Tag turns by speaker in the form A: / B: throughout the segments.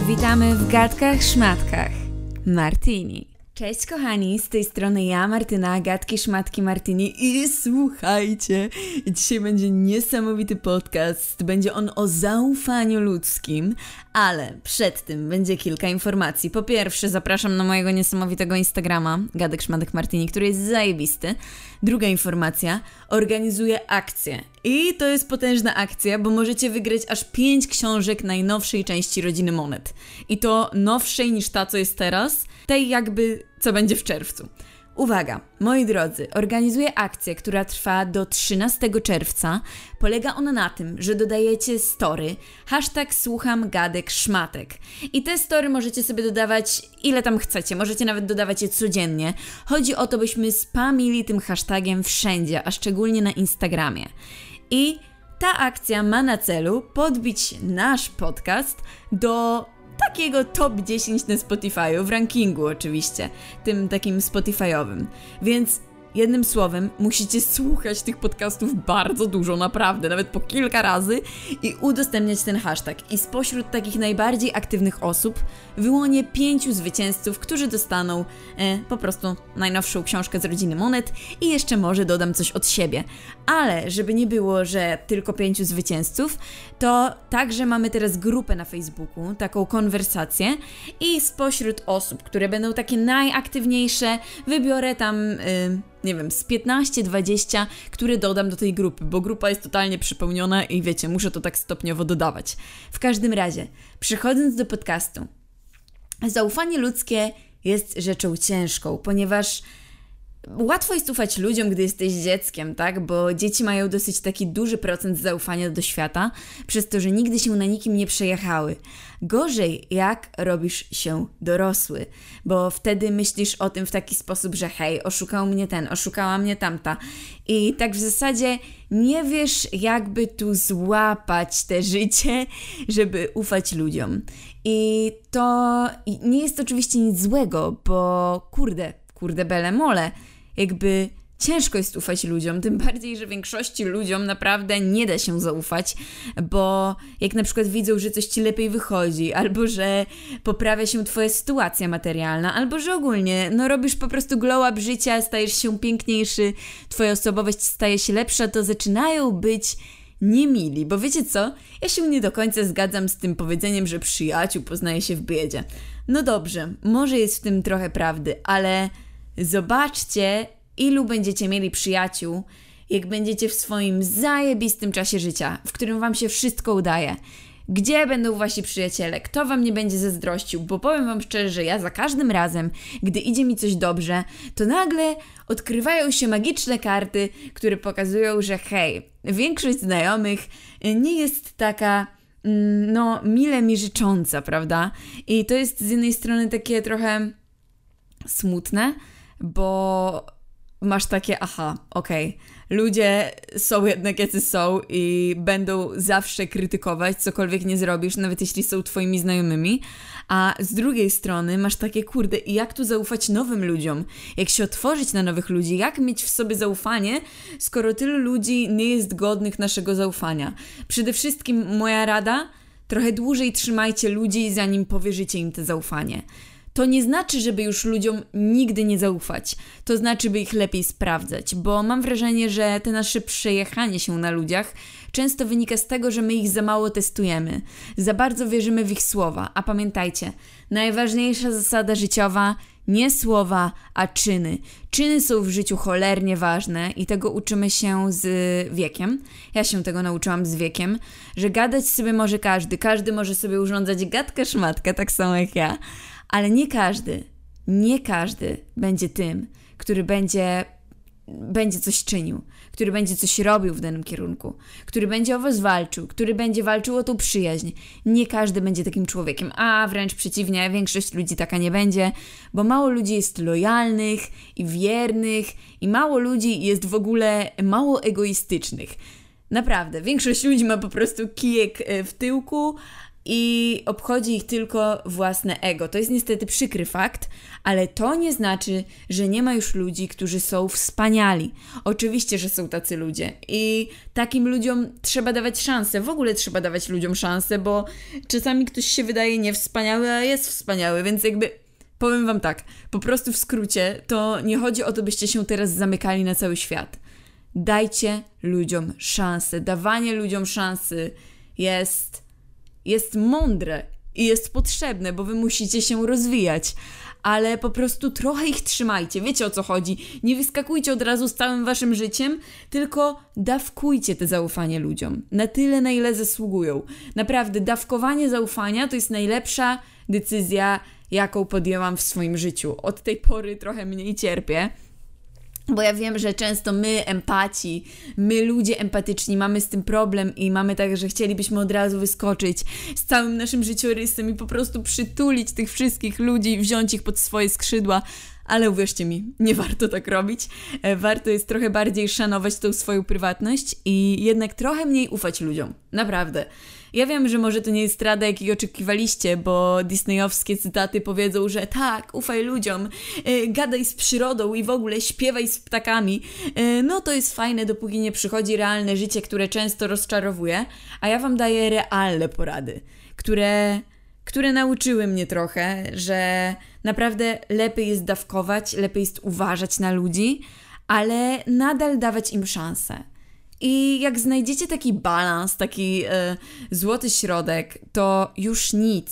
A: Witamy w Gadkach Szmatkach. Martini. Cześć kochani, z tej strony ja, Martyna, Gadki Szmatki Martini i słuchajcie, dzisiaj będzie niesamowity podcast, będzie on o zaufaniu ludzkim, ale przed tym będzie kilka informacji. Po pierwsze, zapraszam na mojego niesamowitego Instagrama, Gadek Szmatek Martini, który jest zajebisty. Druga informacja, organizuję akcję i to jest potężna akcja, bo możecie wygrać aż 5 książek najnowszej części Rodziny Monet i to nowszej niż ta, co jest teraz, tej jakby, co będzie w czerwcu. Uwaga, moi drodzy, organizuję akcję, która trwa do 13 czerwca. Polega ona na tym, że dodajecie story, #słucham gadek szmatek. I te story możecie sobie dodawać ile tam chcecie, możecie nawet dodawać je codziennie. Chodzi o to, byśmy spamili tym hashtagiem wszędzie, a szczególnie na Instagramie. I ta akcja ma na celu podbić nasz podcast do takiego top 10 na Spotify'u, w rankingu oczywiście, tym takim Spotify'owym. Więc jednym słowem, musicie słuchać tych podcastów bardzo dużo, naprawdę, nawet po kilka razy i udostępniać ten hashtag. I spośród takich najbardziej aktywnych osób wyłonię 5 zwycięzców, którzy dostaną po prostu najnowszą książkę z Rodziny Monet i jeszcze może dodam coś od siebie. Ale żeby nie było, że tylko 5 zwycięzców, to także mamy teraz grupę na Facebooku, taką konwersację i spośród osób, które będą takie najaktywniejsze, wybiorę tam nie wiem, z 15-20, które dodam do tej grupy, bo grupa jest totalnie przepełniona i wiecie, muszę to tak stopniowo dodawać. W każdym razie, przechodząc do podcastu, zaufanie ludzkie jest rzeczą ciężką, ponieważ łatwo jest ufać ludziom, gdy jesteś dzieckiem, tak? Bo dzieci mają dosyć taki duży procent zaufania do świata, przez to, że nigdy się na nikim nie przejechały. Gorzej, jak robisz się dorosły, bo wtedy myślisz o tym w taki sposób, że hej, oszukał mnie ten, oszukała mnie tamta. I tak w zasadzie nie wiesz, jakby tu złapać te życie, żeby ufać ludziom. I to nie jest oczywiście nic złego, bo kurde bele mole, jakby ciężko jest ufać ludziom, tym bardziej, że większości ludziom naprawdę nie da się zaufać, bo jak na przykład widzą, że coś ci lepiej wychodzi, albo że poprawia się twoja sytuacja materialna, albo że ogólnie, robisz po prostu glow up życia, stajesz się piękniejszy, twoja osobowość staje się lepsza, to zaczynają być niemili, bo wiecie co? Ja się nie do końca zgadzam z tym powiedzeniem, że przyjaciół poznaje się w biedzie. No dobrze, może jest w tym trochę prawdy, ale zobaczcie, ilu będziecie mieli przyjaciół, jak będziecie w swoim zajebistym czasie życia, w którym wam się wszystko udaje. Gdzie będą wasi przyjaciele? Kto wam nie będzie zazdrościł? Bo powiem wam szczerze, że ja za każdym razem, gdy idzie mi coś dobrze, to nagle odkrywają się magiczne karty, które pokazują, że hej, większość znajomych nie jest taka mile mi życząca, prawda? I to jest z jednej strony takie trochę smutne, bo masz takie, okej, ludzie są jednak jacy są i będą zawsze krytykować, cokolwiek nie zrobisz, nawet jeśli są twoimi znajomymi, a z drugiej strony masz takie, i jak tu zaufać nowym ludziom? Jak się otworzyć na nowych ludzi? Jak mieć w sobie zaufanie, skoro tylu ludzi nie jest godnych naszego zaufania? Przede wszystkim moja rada, trochę dłużej trzymajcie ludzi, zanim powierzycie im te zaufanie. To nie znaczy, żeby już ludziom nigdy nie zaufać. To znaczy, by ich lepiej sprawdzać, bo mam wrażenie, że te nasze przejechanie się na ludziach często wynika z tego, że my ich za mało testujemy. Za bardzo wierzymy w ich słowa. A pamiętajcie, najważniejsza zasada życiowa, nie słowa, a czyny. Czyny są w życiu cholernie ważne i tego uczymy się z wiekiem. Ja się tego nauczyłam z wiekiem, że gadać sobie może każdy. Każdy może sobie urządzać gadkę szmatkę, tak samo jak ja. Ale nie każdy będzie tym, który będzie coś czynił, który będzie coś robił w danym kierunku, który będzie o was walczył, który będzie walczył o tą przyjaźń. Nie każdy będzie takim człowiekiem, a wręcz przeciwnie, większość ludzi taka nie będzie, bo mało ludzi jest lojalnych i wiernych i mało ludzi jest w ogóle mało egoistycznych. Naprawdę, większość ludzi ma po prostu kijek w tyłku, i obchodzi ich tylko własne ego. To jest niestety przykry fakt, ale to nie znaczy, że nie ma już ludzi, którzy są wspaniali. Oczywiście, że są tacy ludzie i takim ludziom trzeba dawać szansę. W ogóle trzeba dawać ludziom szansę, bo czasami ktoś się wydaje niewspaniały, a jest wspaniały, więc jakby powiem wam tak, po prostu w skrócie, to nie chodzi o to, byście się teraz zamykali na cały świat. Dajcie ludziom szansę. Dawanie ludziom szansy jest mądre i jest potrzebne, bo wy musicie się rozwijać, ale po prostu trochę ich trzymajcie. Wiecie, o co chodzi. Nie wyskakujcie od razu z całym waszym życiem, tylko dawkujcie te zaufanie ludziom. Na tyle, na ile zasługują. Naprawdę, dawkowanie zaufania to jest najlepsza decyzja, jaką podjęłam w swoim życiu. Od tej pory trochę mniej cierpię, bo ja wiem, że często my ludzie empatyczni mamy z tym problem i mamy tak, że chcielibyśmy od razu wyskoczyć z całym naszym życiorysem i po prostu przytulić tych wszystkich ludzi i wziąć ich pod swoje skrzydła. Ale uwierzcie mi, nie warto tak robić. Warto jest trochę bardziej szanować tą swoją prywatność i jednak trochę mniej ufać ludziom. Naprawdę. Ja wiem, że może to nie jest rada, jakiej oczekiwaliście, bo disneyowskie cytaty powiedzą, że tak, ufaj ludziom, gadaj z przyrodą i w ogóle śpiewaj z ptakami. No to jest fajne, dopóki nie przychodzi realne życie, które często rozczarowuje, a ja wam daję realne porady, które nauczyły mnie trochę, że naprawdę lepiej jest dawkować, lepiej jest uważać na ludzi, ale nadal dawać im szansę. I jak znajdziecie taki balans, taki złoty środek, to już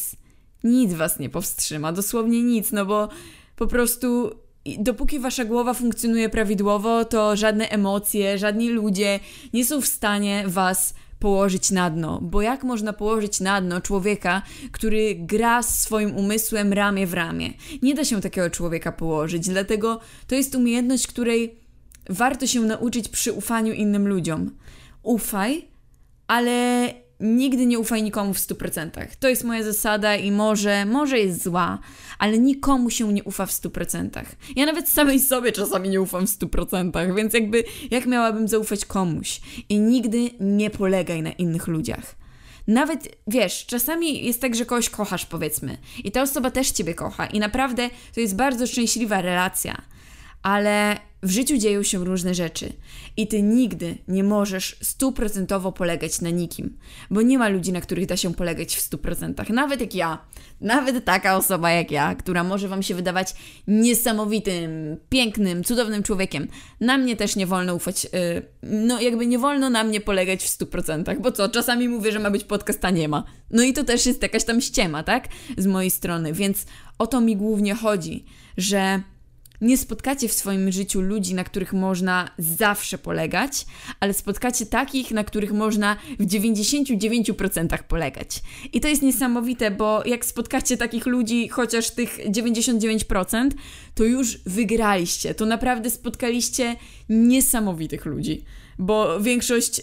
A: nic was nie powstrzyma, dosłownie nic, no bo po prostu dopóki wasza głowa funkcjonuje prawidłowo, to żadne emocje, żadni ludzie nie są w stanie was położyć na dno, bo jak można położyć na dno człowieka, który gra z swoim umysłem ramię w ramię? Nie da się takiego człowieka położyć, dlatego to jest umiejętność, której warto się nauczyć przy ufaniu innym ludziom. Ufaj, ale nigdy nie ufaj nikomu w 100%. To jest moja zasada i może jest zła, ale nikomu się nie ufa w 100%. Ja nawet samej sobie czasami nie ufam w 100%, więc jak miałabym zaufać komuś? I nigdy nie polegaj na innych ludziach. Nawet, wiesz, czasami jest tak, że kogoś kochasz, powiedzmy, i ta osoba też ciebie kocha i naprawdę to jest bardzo szczęśliwa relacja, ale w życiu dzieją się różne rzeczy i ty nigdy nie możesz 100% polegać na nikim, bo nie ma ludzi, na których da się polegać w 100%. Nawet jak ja, nawet taka osoba jak ja, która może wam się wydawać niesamowitym, pięknym, cudownym człowiekiem, na mnie też nie wolno ufać, nie wolno na mnie polegać w 100%, bo co, czasami mówię, że ma być podcast, a nie ma. No i to też jest jakaś tam ściema, tak? Z mojej strony, więc o to mi głównie chodzi, że nie spotkacie w swoim życiu ludzi, na których można zawsze polegać, ale spotkacie takich, na których można w 99% polegać. I to jest niesamowite, bo jak spotkacie takich ludzi, chociaż tych 99%, to już wygraliście. To naprawdę spotkaliście niesamowitych ludzi, bo większość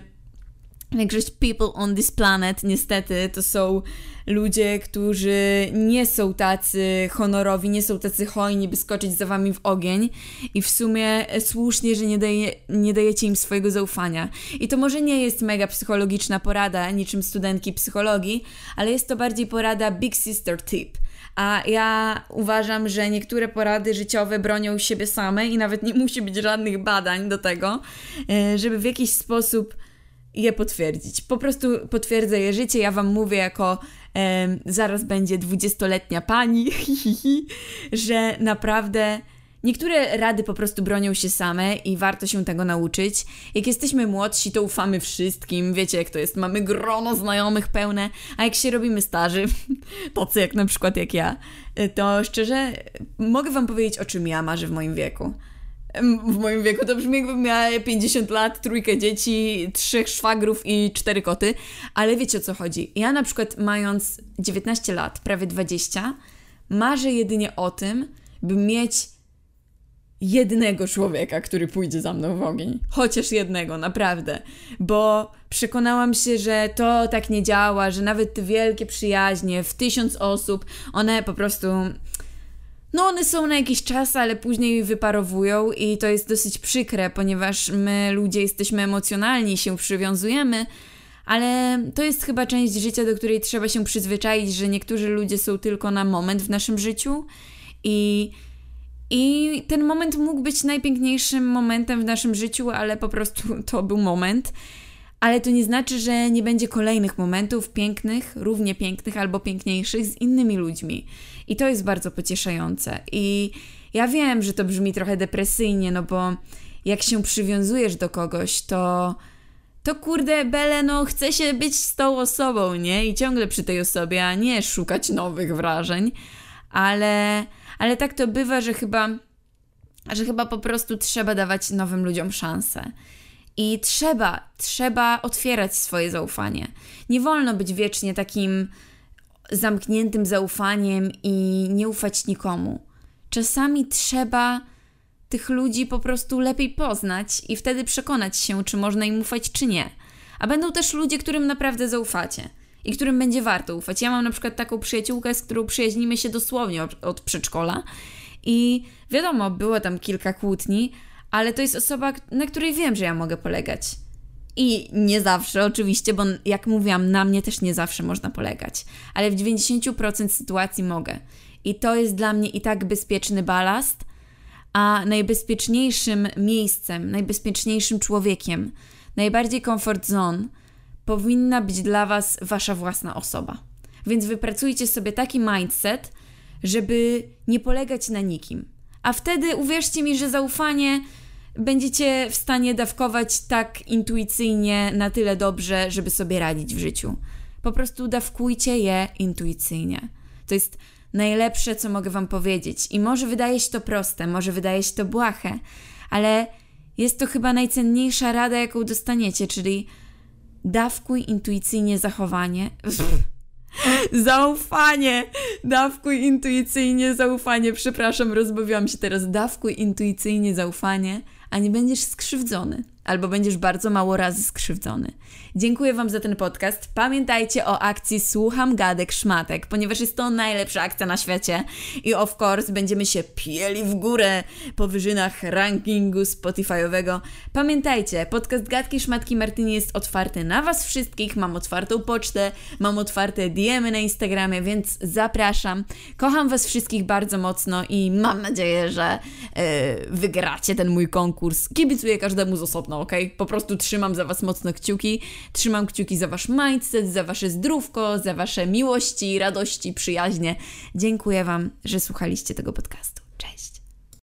A: people on this planet niestety to są ludzie, którzy nie są tacy honorowi, nie są tacy hojni, by skoczyć za wami w ogień i w sumie słusznie, że nie dajecie im swojego zaufania. I to może nie jest mega psychologiczna porada, niczym studentki psychologii, ale jest to bardziej porada Big Sister Tip. A ja uważam, że niektóre porady życiowe bronią siebie same i nawet nie musi być żadnych badań do tego, żeby w jakiś sposób je potwierdzić. Po prostu potwierdzę je życie. Ja wam mówię jako zaraz będzie 20-letnia pani, że naprawdę niektóre rady po prostu bronią się same i warto się tego nauczyć. Jak jesteśmy młodsi, to ufamy wszystkim. Wiecie, jak to jest. Mamy grono znajomych pełne, a jak się robimy starzy, tacy jak na przykład jak ja, to szczerze mogę wam powiedzieć, o czym ja marzę w moim wieku. W moim wieku to brzmi, jakbym miała 50 lat, 3 dzieci, 3 szwagrów i 4 koty, ale wiecie, o co chodzi. Ja na przykład mając 19 lat, prawie 20, marzę jedynie o tym, by mieć jednego człowieka, który pójdzie za mną w ogień. Chociaż jednego, naprawdę. Bo przekonałam się, że to tak nie działa, że nawet te wielkie przyjaźnie w 1000 osób, one po prostu... No one są na jakiś czas, ale później wyparowują i to jest dosyć przykre, ponieważ my ludzie jesteśmy emocjonalni, się przywiązujemy, ale to jest chyba część życia, do której trzeba się przyzwyczaić, że niektórzy ludzie są tylko na moment w naszym życiu i ten moment mógł być najpiękniejszym momentem w naszym życiu, ale po prostu to był moment. Ale to nie znaczy, że nie będzie kolejnych momentów pięknych, równie pięknych albo piękniejszych z innymi ludźmi. I to jest bardzo pocieszające. I ja wiem, że to brzmi trochę depresyjnie, no bo jak się przywiązujesz do kogoś, to kurde, Bele, no chce się być z tą osobą, nie? I ciągle przy tej osobie, a nie szukać nowych wrażeń. Ale tak to bywa, że chyba po prostu trzeba dawać nowym ludziom szansę. I trzeba otwierać swoje zaufanie. Nie wolno być wiecznie takim zamkniętym zaufaniem i nie ufać nikomu. Czasami trzeba tych ludzi po prostu lepiej poznać i wtedy przekonać się, czy można im ufać, czy nie. A będą też ludzie, którym naprawdę zaufacie i którym będzie warto ufać. Ja mam na przykład taką przyjaciółkę, z którą przyjaźnimy się dosłownie od przedszkola i wiadomo, było tam kilka kłótni, ale to jest osoba, na której wiem, że ja mogę polegać. I nie zawsze oczywiście, bo jak mówiłam, na mnie też nie zawsze można polegać. Ale w 90% sytuacji mogę. I to jest dla mnie i tak bezpieczny balast, a najbezpieczniejszym miejscem, najbezpieczniejszym człowiekiem, najbardziej comfort zone powinna być dla Was Wasza własna osoba. Więc wypracujcie sobie taki mindset, żeby nie polegać na nikim. A wtedy uwierzcie mi, że zaufanie będziecie w stanie dawkować tak intuicyjnie, na tyle dobrze, żeby sobie radzić w życiu. Po prostu dawkujcie je intuicyjnie. To jest najlepsze, co mogę Wam powiedzieć. I może wydaje się to proste, może wydaje się to błahe, ale jest to chyba najcenniejsza rada, jaką dostaniecie, czyli dawkuj intuicyjnie zachowanie. Zaufanie! Dawkuj intuicyjnie zaufanie. Przepraszam, rozbawiłam się teraz. Dawkuj intuicyjnie zaufanie, a nie będziesz skrzywdzony. Albo będziesz bardzo mało razy skrzywdzony. Dziękuję Wam za ten podcast. Pamiętajcie o akcji Słucham Gadek Szmatek, ponieważ jest to najlepsza akcja na świecie i of course będziemy się pieli w górę po wyżynach rankingu Spotify'owego. Pamiętajcie, podcast Gadki Szmatki Martyni jest otwarty na Was wszystkich. Mam otwartą pocztę, mam otwarte DM-y na Instagramie, więc zapraszam. Kocham Was wszystkich bardzo mocno i mam nadzieję, że wygracie ten mój konkurs. Kibicuję każdemu z osobna, okej? Po prostu trzymam za Was mocno kciuki. Trzymam kciuki za Wasz mindset, za Wasze zdrówko, za Wasze miłości, radości, przyjaźnie. Dziękuję Wam, że słuchaliście tego podcastu. Cześć!